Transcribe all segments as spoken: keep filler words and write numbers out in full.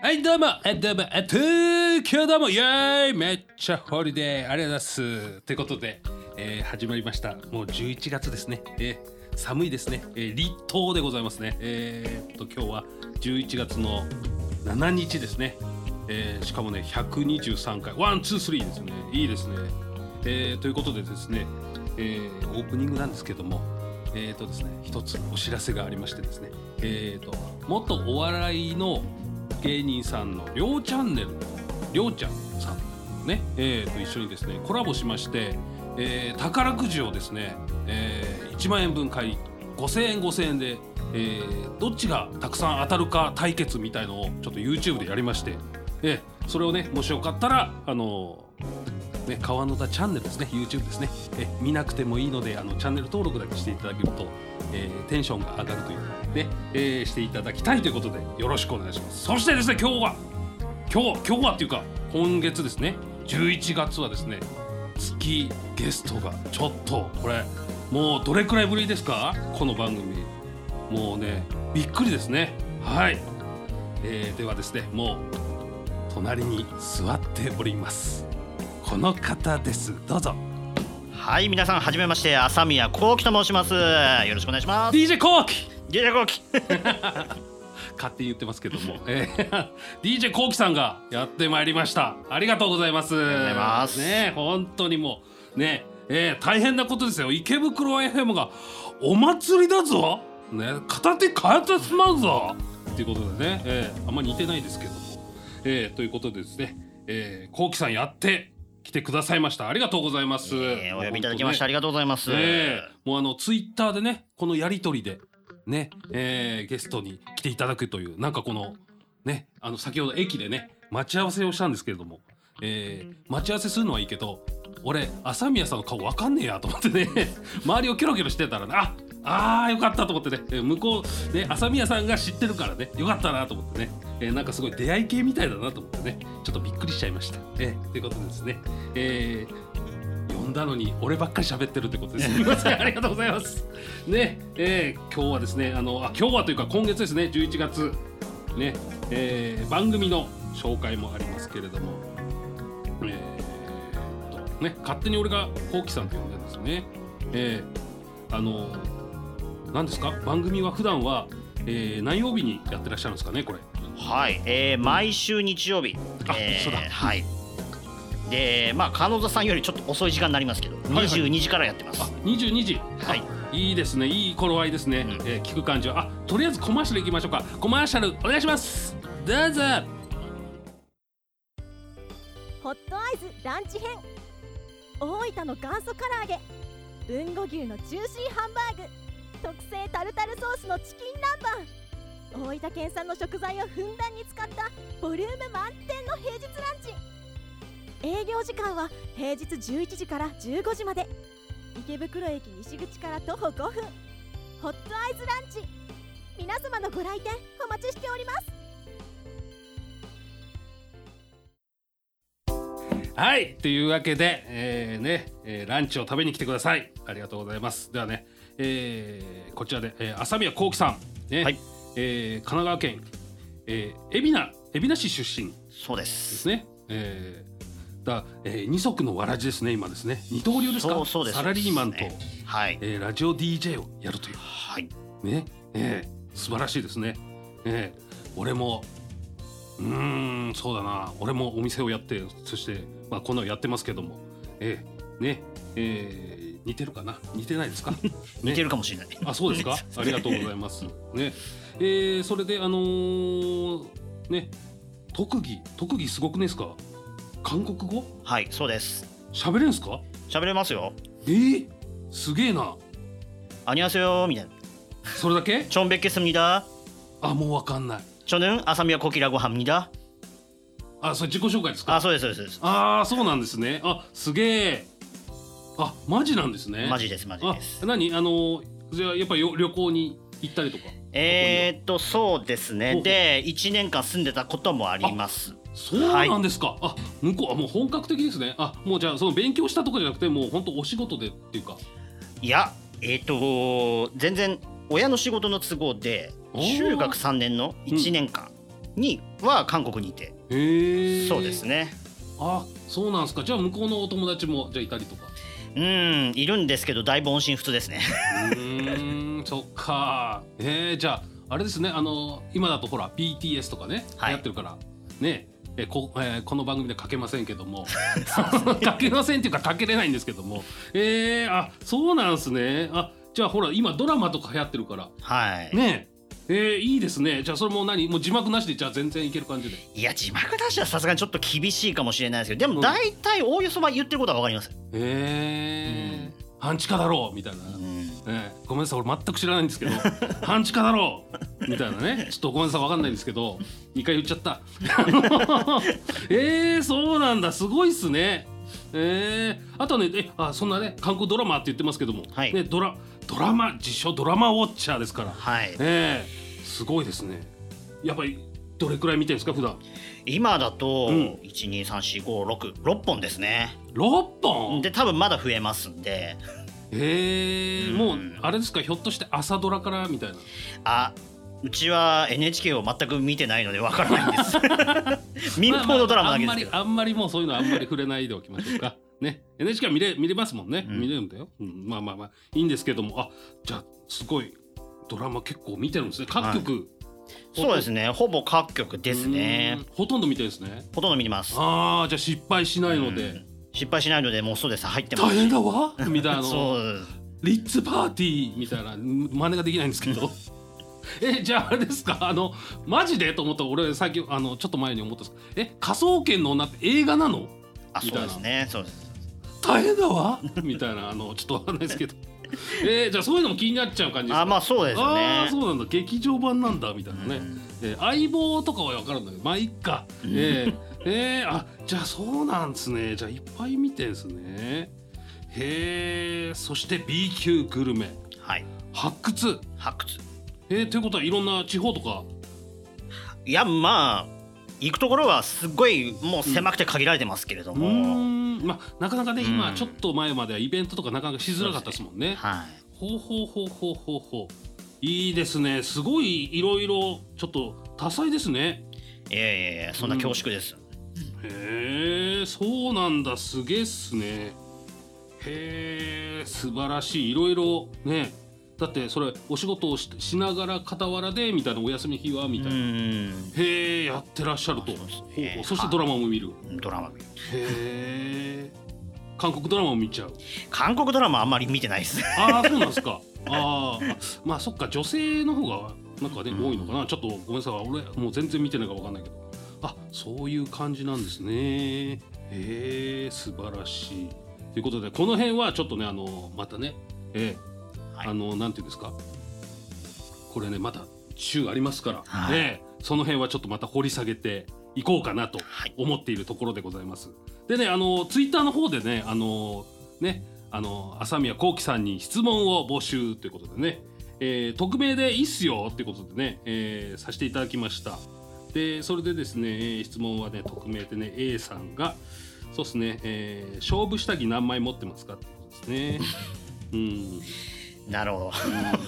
はいどうもえどうもえっと今日どうもイエーイめっちゃホリデーありがとうございますということで、えー、始まりましたもうじゅういちがつですね、えー、寒いですね、えー、立冬でございますねえー、っと今日はじゅういちがつのしちにちですね、えー、しかもねひゃくにじゅうさんかいワンツースリーですねいいですね、えー、ということでですね、えー、オープニングなんですけどもえーとですね一つお知らせがありましてですねえーと元お笑いの芸人さんのりょうチャンネルのりょうちゃんさんね、えー、と一緒にですねコラボしまして、えー、宝くじをですね、えー、いちまんえんぶん買いごせんえんごせんえんで、えー、どっちがたくさん当たるか対決みたいのをちょっと YouTube でやりまして、えー、それをねもしよかったらあのーね、川野田チャンネルですね YouTube ですねえ見なくてもいいのであのチャンネル登録だけしていただけると、えー、テンションが上がるというね、えー、していただきたいということでよろしくお願いします。そしてですね今日は今日今日はっていうか今月ですねじゅういちがつはですね月ゲストがちょっとこれもうどれくらいぶりですかこの番組もうねびっくりですねはい、えー、ではですねもう隣に座っておりますこの方ですどうぞはい、皆さんはじめまして朝宮幸喜と申します。よろしくお願いします。 ディージェー 幸喜ディージェー 幸喜勝手に言ってますけども、えー、ディージェー 幸喜さんがやってまいりましたありがとうございますありがとうございますね本当にもうね、えー、大変なことですよ池袋 エフエム がお祭りだぞね片手変えてしまうぞっていうことでね、えー、あんまり似てないですけども、えー、ということでですね、えー、幸喜さんやって来てくださいましたありがとうございます、 えー、お呼びいただきまして、ね、ありがとうございます、 えー、もうあのツイッターでねこのやりとりでね、えー、ゲストに来ていただくというなんかこのねあの先ほど駅でね待ち合わせをしたんですけれども、えー、待ち合わせするのはいいけど俺朝宮さんの顔わかんねえやと思ってね周りをキョロキョロしてたらねああーよかったと思ってね向こうね朝宮さんが知ってるからねよかったなと思ってね、えー、なんかすごい出会い系みたいだなと思ってねちょっとびっくりしちゃいました、えー、ということでですね、えー、呼んだのに俺ばっかり喋ってるってことですすみませんありがとうございますね、えー、今日はですねあのあ今日はというか今月ですねじゅういちがつね、えー、番組の紹介もありますけれども、えー、とね勝手に俺が幸喜さんって呼んでるんですよね、えー、あの何ですか番組は普段は、えー、何曜日にやってらっしゃるんですかねこれはい、えー、毎週日曜日、 あ、 えー、 そうだはいでまあ加納座さんよりちょっと遅い時間になりますけど、はいはい、にじゅうにじからやってます。 あにじゅうにじはいいいですねいい頃合いですね、うんえー、聞く感じはあとりあえずコマーシャル行きましょうかコマーシャルお願いしますどうぞホットアイズランチ編大分の元祖唐揚げ豊後牛のジューシーハンバーグ特製タルタルソースのチキン南蛮大分県産の食材をふんだんに使ったボリューム満点の平日ランチ営業時間は平日じゅういちじからじゅうごじまで池袋駅西口から徒歩ごふんホットアイズランチ皆様のご来店お待ちしておりますはいというわけで、えーねえー、ランチを食べに来てくださいありがとうございますではね、えー、こちらで、えー、朝宮幸喜さん、ねはいえー、神奈川県、えー、海老名海老名市出身そうでですすね、えーだえー、二足のわらじですね今ですね二刀流ですかそうそうですサラリーマンと、 ねはいえー、ラジオ ディージェー をやるという、 はいねえー、素晴らしいですね、えー、俺もうーんそうだな俺もお店をやってそして、まあ、こんなのやってますけども、えー、ねえー、似てるかな似てないですか、ね、 似てるかもしれないあそうですかありがとうございますねえー、それであのー、ね特技特技すごくないですか韓国語はいそうです喋れんすか喋れますよえー、すげえなアニュアセヨみたいなそれだけチョンベッケスミダあもうわかんないチョヌン朝宮コキラごはんミダあそれ自己紹介ですかあそうですそうですあそうなんですねあすげえあマジなんですねマジですマジですあ何あのじゃあやっぱり旅行に行ったりとかえー、っとそうですねでいちねんかん住んでたこともありますそうなんですか、はい、あ向こうはもう本格的ですねあもうじゃあその勉強したとかじゃなくてもう本当お仕事でっていうかいやえー、っと全然親の仕事の都合で中学さんねんのいちねんかん、 には韓国にいて、 へえ。 そうですね。 あ、そうなんですか。じゃあ向こうのお友達もじゃあいたりとか。 うん、いるんですけどだいぶ音信不通ですね。 うーん、そっか。えー、じゃああれですね。あの今だとほら ビーティーエス とかね、 はいやってるからね。えーこえーこの番組でかけませんけどもかけませんっていうかかけれないんですけども、えー、あ、そうなんですね。あ、じゃあほら今ドラマとか流行ってるからはい。 ねえ、えー、いいですね。じゃあそれも何もう字幕なしでじゃあ全然いける感じで。 いや字幕なしはさすがにちょっと厳しいかもしれないですけど、でうんも大体おおよそは言ってることはわかります。 えー半地下だろうみたいな、 うんえーごめんなさい俺全く知らないんですけど半地下だろうみたいなね、ちょっとごめんなさい分かんないんですけどにかい言っちゃったえー、そうなんだ、すごいっすね。えー、あとね、えあそんなね韓国ドラマって言ってますけども、 はいね、ドラドラマ自称ドラマウォッチャーですから、 はい。 えー、すごいですね。やっぱりどれくらい見てるんですか普段。 今だとうんいちにさんしごろくろっぽんですね。 ろっぽんで多分まだ増えますんで。 えー、 うんもうあれですか、ひょっとして朝ドラからみたいな。 あ、うちは エヌエイチケー を全く見てないのでわからないんです民放のドラマだけですけど、 まあまああんまりあんまりもうそういうのあんまり触れないでおきましょうかね。 エヌエイチケー は見れ見れますもんね、 うん見れるんだよ、うん、まあまあまあいいんですけども、あ、じゃあすごいドラマ結構見てるんですね各局、 そうですね、ほぼ各局ですね。 うん、ほとんど見てるんですね。 ほとんど見てます。 ああ、じゃあ失敗しないので、 うん失敗しないのでもうそうです、入ってます。 大変だわみたいなそうですリッツパーティーみたいな真似ができないんですけどえ、じゃああれですか、あのマジでと思ったら俺最近あのちょっと前に思ったんですけど、え、科捜研の女って映画なのあ、 みたいなそうですね、そうです。 大変だわみたいな、あのちょっとわかんないですけどえー、じゃあそういうのも気になっちゃう感じですか。 あ、まあそうですよね。 あー、そうなんだ、劇場版なんだみたいなね、 うんえー相棒とかは分かるんだけど、まあいっか、えーえー、あ、じゃあそうなんですね。じゃあいっぱい見てんですね。へえ。そして ビーきゅう グルメはい、 発掘、 発掘。 えー、ということはいろんな地方とか。 いや、まあ行くところはすごいもう狭くて限られてますけれどうーも、 ん、まあなかなかね、 うん今ちょっと前まではイベントとかなかなかしづらかったですもんね。 はいほうほうほうほうほうほう。いいですね。すごいいろいろちょっと多彩ですね。 いやいやいや、そんな恐縮です。 へえ、そうなんだ、すげえっすね。へえ、素晴らしい。いろいろね。だってそれお仕事を し, しながら傍らでみたいな、お休み日はみたいな、 うんへえ、やってらっしゃると。 そうですねほうほう。そしてドラマも見る。 ドラマ見る。 へえ、韓国ドラマも見ちゃう。 韓国ドラマあんまり見てないですああ、そうなんですか。ああ、まあそっか、女性の方がなんかね、多いのかな。ちょっとごめんなさい、俺もう全然見てないからわかんないけど、あ、そういう感じなんですね。へえ、素晴らしい。ということでこの辺はちょっとね、あのまたね、えーはいあのなんていうんですか、これねまた週ありますから、 はいね、その辺はちょっとまた掘り下げていこうかなとはい思っているところでございます。でね、あのツイッターの方でね、あのね、あの朝宮幸輝さんに質問を募集ということでね、えー匿名でいいっすよっていうことでね、えーさせていただきました。でそれでですね、えー質問はね匿名でね A さんがそうですね、えー勝負下着何枚持ってますかってことですね。うんなるほど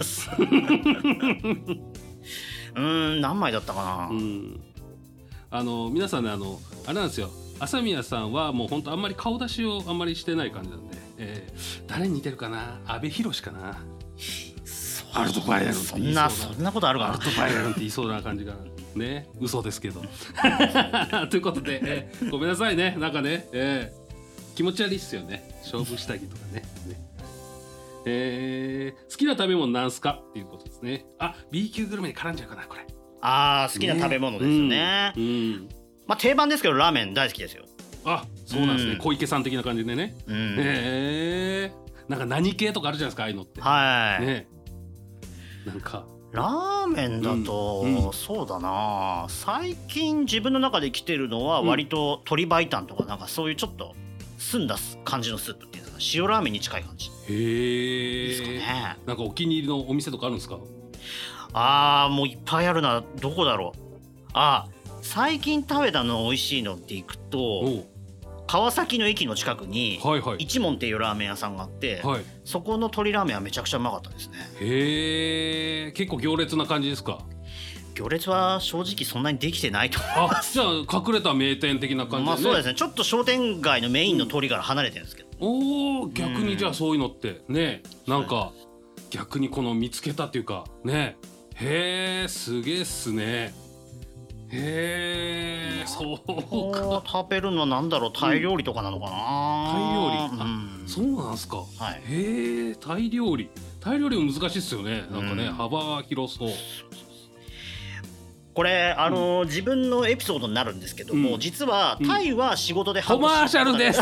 うーん、何枚だったかな、 うん、あの皆さんね、あのあれなんですよ、朝宮さんはもう本当あんまり顔出しをあんまりしてない感じなんで、えー誰に似てるかな、阿部寛かな。アルトバイアルンってそ言いそうなんなそんなことあるかな。 アルトバイアルンって言いそうな感じがね、嘘ですけどということで、えーごめんなさいね、なんかね、えー気持ち悪いっすよね、勝負下着とかね。ねえー好きな食べ物なんすかっていうことですね。あ、 ビーきゅう グルメに絡んじゃうかなこれ。 あー、好きな食べ物ですよね。 うんうんまあ定番ですけどラーメン大好きですよ。 あ、そうなんですね、 うん小池さん的な感じでね。 うん、 へえー、なんか何系とかあるじゃないですか、ああいうのって。 はい、 ね、なんかラーメンだと、 うんうんそうだな、最近自分の中で来てるのは割と鶏白湯とかなんかそういうちょっと澄んだ感じのスープっていうんですか、塩ラーメンに近い感じへですかえ、 ね。 なんかお気に入りのお店とかあるんですか？ あー、もういっぱいあるな。どこだろう。あ、最近食べたの美味しいのっていくと、 お川崎の駅の近くにはいはい一門っていうラーメン屋さんがあって、 はい。 そこの鶏ラーメンはめちゃくちゃうまかったですね。 へえ、結構行列な感じですか？ 行列は正直そんなにできてないと思いまあす。 じゃあ隠れた名店的な感じでね、 まあそうですね、ちょっと商店街のメインの通りから離れてるんですけど、 おお逆にじゃあそういうのってねなんか逆にこの見つけたっていうかねへえすげえっすねへえそうこかう食べるのはなんだろう、タイ料理とかなのかな、 タイ料理あうんそうなんすか、 はいへえタイ料理タイ料理も難しいっすよねなんかね、 うん幅が広そうこれあのー自分のエピソードになるんですけども、 うん実はタイは仕事でコマーシャルです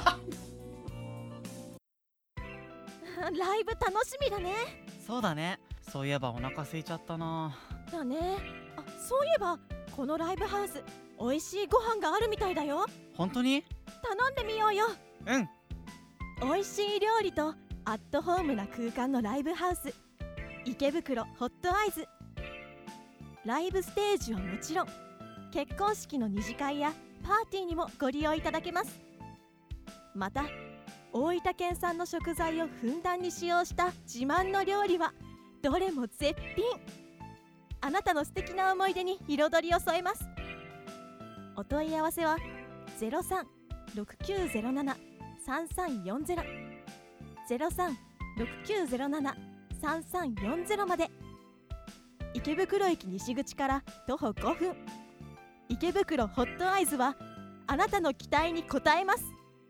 ライブ楽しみだね。 そうだね。そういえばお腹空いちゃったな。 だね。あ、そういえばこのライブハウス美味しいご飯があるみたいだよ。 本当に？ 頼んでみようよ。 うん。 美味しい料理とアットホームな空間のライブハウス池袋ホットアイズ。ライブステージはもちろん結婚式の二次会やパーティーにもご利用いただけます。また大分県産の食材をふんだんに使用した自慢の料理はどれも絶品。あなたの素敵な思い出に彩りを添えます。お問い合わせは ゼロさん ろくきゅうゼロなな さんさんよんゼロ ゼロさん ろくきゅうゼロなな さんさんよんゼロ まで。池袋駅西口から徒歩ごふん、池袋ホットアイズはあなたの期待に応えます。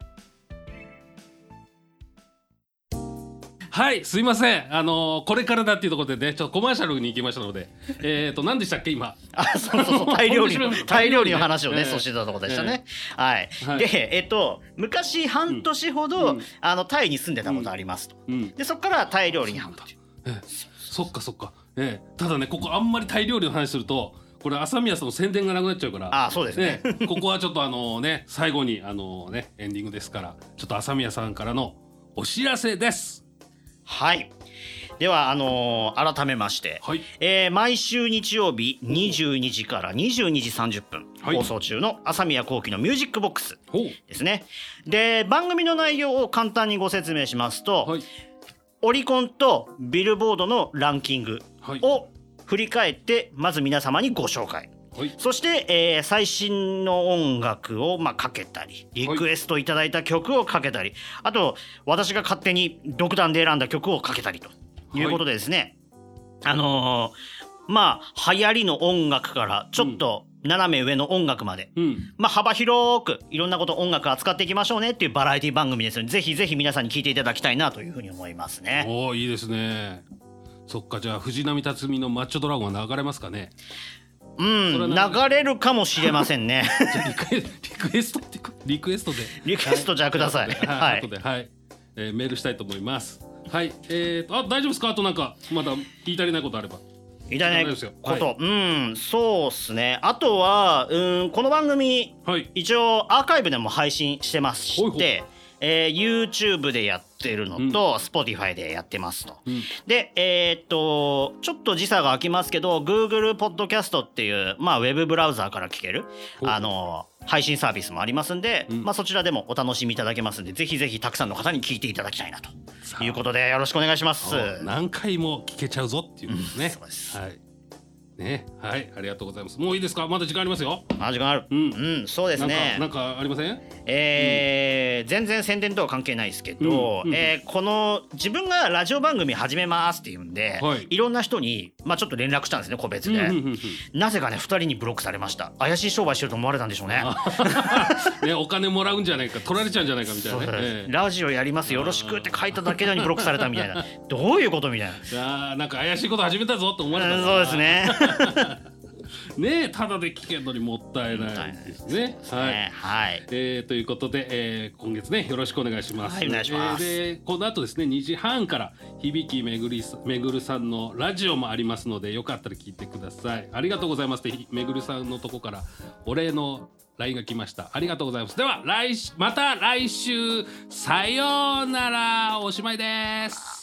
はいすいませんあのーこれからだっていうところでねちょっとコマーシャルに行きましたのでえっと何でしたっけ今あそうそうそうタイ料理の面白いタイ料理の話をね、 ええそうしてたところでしたね、はい、 はいでえっと昔半年ほど、 うんあのタイに住んでたことありますと、 うんでそこからタイ料理にハマった。 ええそっかそっか、ええ、ただねここあんまりタイ料理の話するとこれ朝宮さんの宣伝がなくなっちゃうからあそうですねええここはちょっとあのね最後にあのねエンディングですからちょっと朝宮さんからのお知らせです。 はい、ではあのー改めまして、 はいえー毎週日曜日にじゅうにじからにじゅうにじさんじゅっぷん、 はい放送中の朝宮幸喜のミュージックボックスほうですね。で番組の内容を簡単にご説明しますと、 はいオリコンとビルボードのランキングはいを振り返ってまず皆様にご紹介、 はいそして、えー最新の音楽を、まあ、かけたりリクエストいただいた曲をかけたり、あと私が勝手に独断で選んだ曲をかけたりということでですね、あのーまあ流行りの音楽からちょっと斜め上の音楽まで、 うんまあ、幅広くいろんなこと音楽扱っていきましょうねっていうバラエティ番組ですので、ぜひぜひ皆さんに聞いていただきたいなというふうに思いますね。 おおいいですね。そっかじゃあ藤波辰巳のマッチョドラゴンは流れますかね。 うんそれは流れるかもしれませんねじゃあリクエリクエストってリクエストでリクエストじゃあください。 ははいい後ではい、えーメールしたいと思います。はいえーとあ大丈夫ですかあとなんかまだ言い足りないことあれば。 いただい大丈夫ですよこと、 はうんそうっすね。あとはうんこの番組はい一応アーカイブでも配信してましてほいほいえー YouTube でやってるのと、Spotify でやってますと。 うんでえーっとちょっと時差が空きますけど Google ポッドキャストっていうまあウェブブラウザーから聞けるほうあの配信サービスもありますんで、 うんまあそちらでもお楽しみいただけますんで、ぜひぜひたくさんの方に聞いていただきたいなとさあいうことでよろしくお願いします。 そう何回も聞けちゃうぞっていうことですね。 そうですはいねはいありがとうございます。もういいですかまだ時間ありますよ。 あ時間ある。 うんうんそうですね。 なんかなんかありません。 えー全然宣伝とは関係ないですけど、 うんうんえーこの自分がラジオ番組始めますっていうんで、 はいいろんな人に、まあ、ちょっと連絡したんですね個別で、 うんうんうんうんなぜかねふたりにブロックされました。怪しい商売してると思われたんでしょうね。 ねお金もらうんじゃないか取られちゃうんじゃないかみたいなね。 そうですええラジオやりますよろしくって書いただけなのにブロックされたみたいなどういうことみたいな。 あーなんか怪しいこと始めたぞって思われたうんそうですね。 ねえただで聞けるのにもったいないですね。はいねはいえーということで、えー今月ねよろしくお願いします。 はいお願いしますえーでこの後ですねにじはんから響めぐりさめぐるさんのラジオもありますのでよかったら聞いてください。ありがとうございますってひめぐるさんのとこからお礼の ライン が来ました。ありがとうございます。では来週また来週さようならおしまいです。